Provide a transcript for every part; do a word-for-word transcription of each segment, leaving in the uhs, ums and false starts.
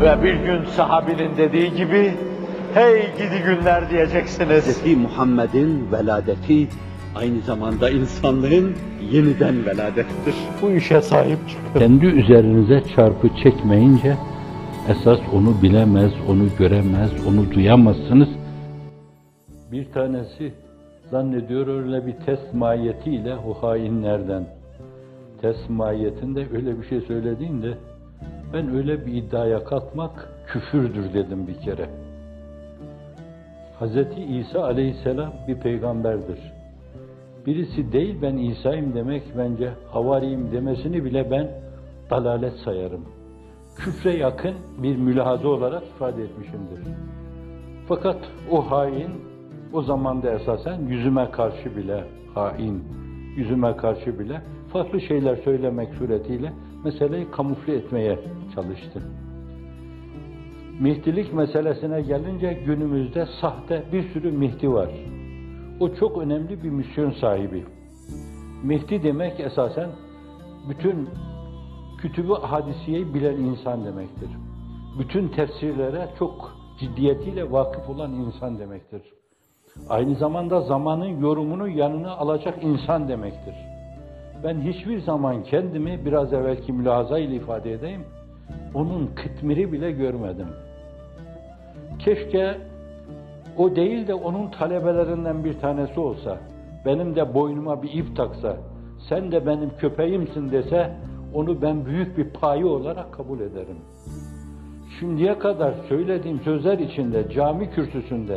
Ve bir gün sahabinin dediği gibi, hey gidi günler diyeceksiniz. Hz. Muhammed'in veladeti aynı zamanda insanlığın yeniden veladettir. Bu işe sahip çıkın. Kendi üzerinize çarpı çekmeyince, esas onu bilemez, onu göremez, onu duyamazsınız. Bir tanesi zannediyor öyle bir test mahiyetiyle o hainlerden. Test mahiyetinde öyle bir şey söylediğinde, ben öyle bir iddiaya kalkmak küfürdür dedim bir kere. Hz. İsa aleyhisselam bir peygamberdir. Birisi değil ben İsa'yım demek bence havariyim demesini bile ben dalalet sayarım. Küfre yakın bir mülahaza olarak ifade etmişimdir. Fakat o hain o zamanda esasen yüzüme karşı bile hain, yüzüme karşı bile farklı şeyler söylemek suretiyle meseleyi kamufle etmeye çalıştı. Mihdilik meselesine gelince günümüzde sahte bir sürü mihdi var. O çok önemli bir misyon sahibi. Mihdi demek esasen bütün kütüb-ü hadisiyeyi bilen insan demektir. Bütün tefsirlere çok ciddiyetiyle vakıf olan insan demektir. Aynı zamanda zamanın yorumunu yanına alacak insan demektir. Ben hiçbir zaman kendimi biraz evvelki mülahaza ile ifade edeyim, onun kıtmiri bile görmedim. Keşke o değil de onun talebelerinden bir tanesi olsa, benim de boynuma bir ip taksa, sen de benim köpeğimsin dese, onu ben büyük bir payı olarak kabul ederim. Şimdiye kadar söylediğim sözler içinde, cami kürsüsünde,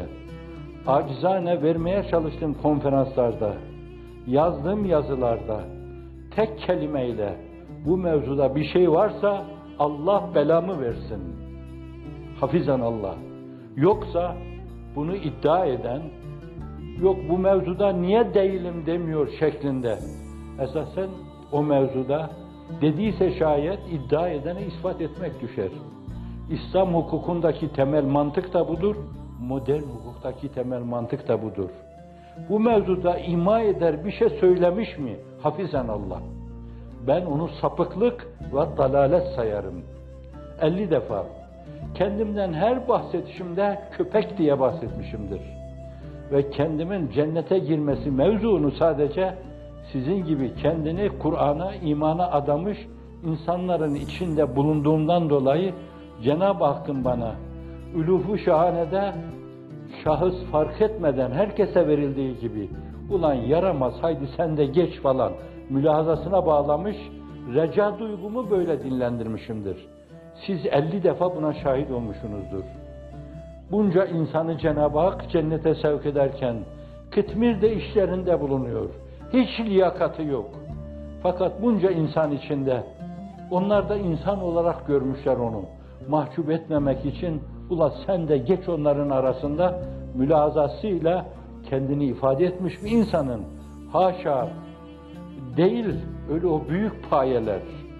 acizane vermeye çalıştığım konferanslarda, yazdığım yazılarda, tek kelimeyle bu mevzuda bir şey varsa Allah belamı versin. Hafizan Allah. Yoksa bunu iddia eden, yok bu mevzuda niye değilim demiyor şeklinde. Esasen o mevzuda dediyse şayet iddia edene ispat etmek düşer. İslam hukukundaki temel mantık da budur, modern hukuktaki temel mantık da budur. Bu mevzuda ima eder bir şey söylemiş mi? Hafizan Allah. Ben onu sapıklık ve dalalet sayarım. elli defa. Kendimden her bahsedişimde köpek diye bahsetmişimdir. Ve kendimin cennete girmesi mevzunu sadece sizin gibi kendini Kur'an'a, imana adamış insanların içinde bulunduğumdan dolayı Cenab-ı Hakk'ın bana ülufu şahanede şahıs fark etmeden herkese verildiği gibi ulan yaramaz haydi sen de geç falan mülahazasına bağlamış, reca duygumu böyle dinlendirmişimdir. Siz elli defa buna şahit olmuşsunuzdur. Bunca insanı Cenab-ı Hak cennete sevk ederken kıtmir de işlerinde bulunuyor. Hiç liyakatı yok. Fakat bunca insan içinde onlar da insan olarak görmüşler onu. Mahcup etmemek için ula sen de geç onların arasında mülahazasıyla kendini ifade etmiş bir insanın haşa değil öyle o büyük payeler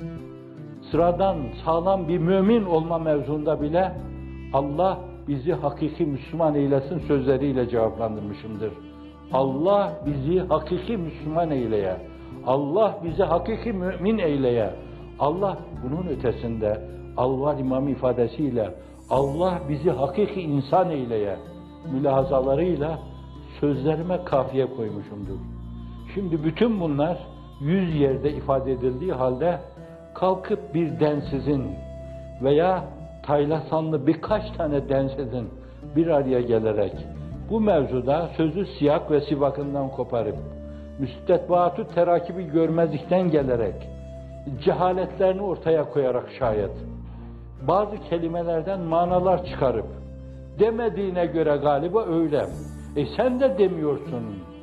sıradan sağlam bir mümin olma mevzunda bile Allah bizi hakiki Müslüman eylesin sözleriyle cevaplandırmışımdır. Allah bizi hakiki Müslüman eyleye, Allah bizi hakiki mümin eyleye, Allah bunun ötesinde Alvar İmam ifadesiyle Allah bizi hakiki insan eyleye mülahazalarıyla sözlerime kafiye koymuşumdur. Şimdi bütün bunlar yüz yerde ifade edildiği halde kalkıp bir densizin veya taylasanlı birkaç tane densizin bir araya gelerek bu mevzuda sözü siyak ve sivakından koparıp müstetbaatü terakibi görmezlikten gelerek cehaletlerini ortaya koyarak şayet bazı kelimelerden manalar çıkarıp demediğine göre galiba öyle. E sen de demiyorsun.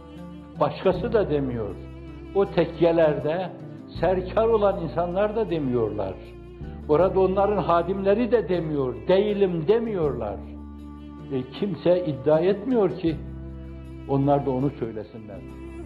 Başkası da demiyor. O tekkiyelerde serkar olan insanlar da demiyorlar. Orada onların hadimleri de demiyor. Değilim demiyorlar. E kimse iddia etmiyor ki onlar da onu söylesinler.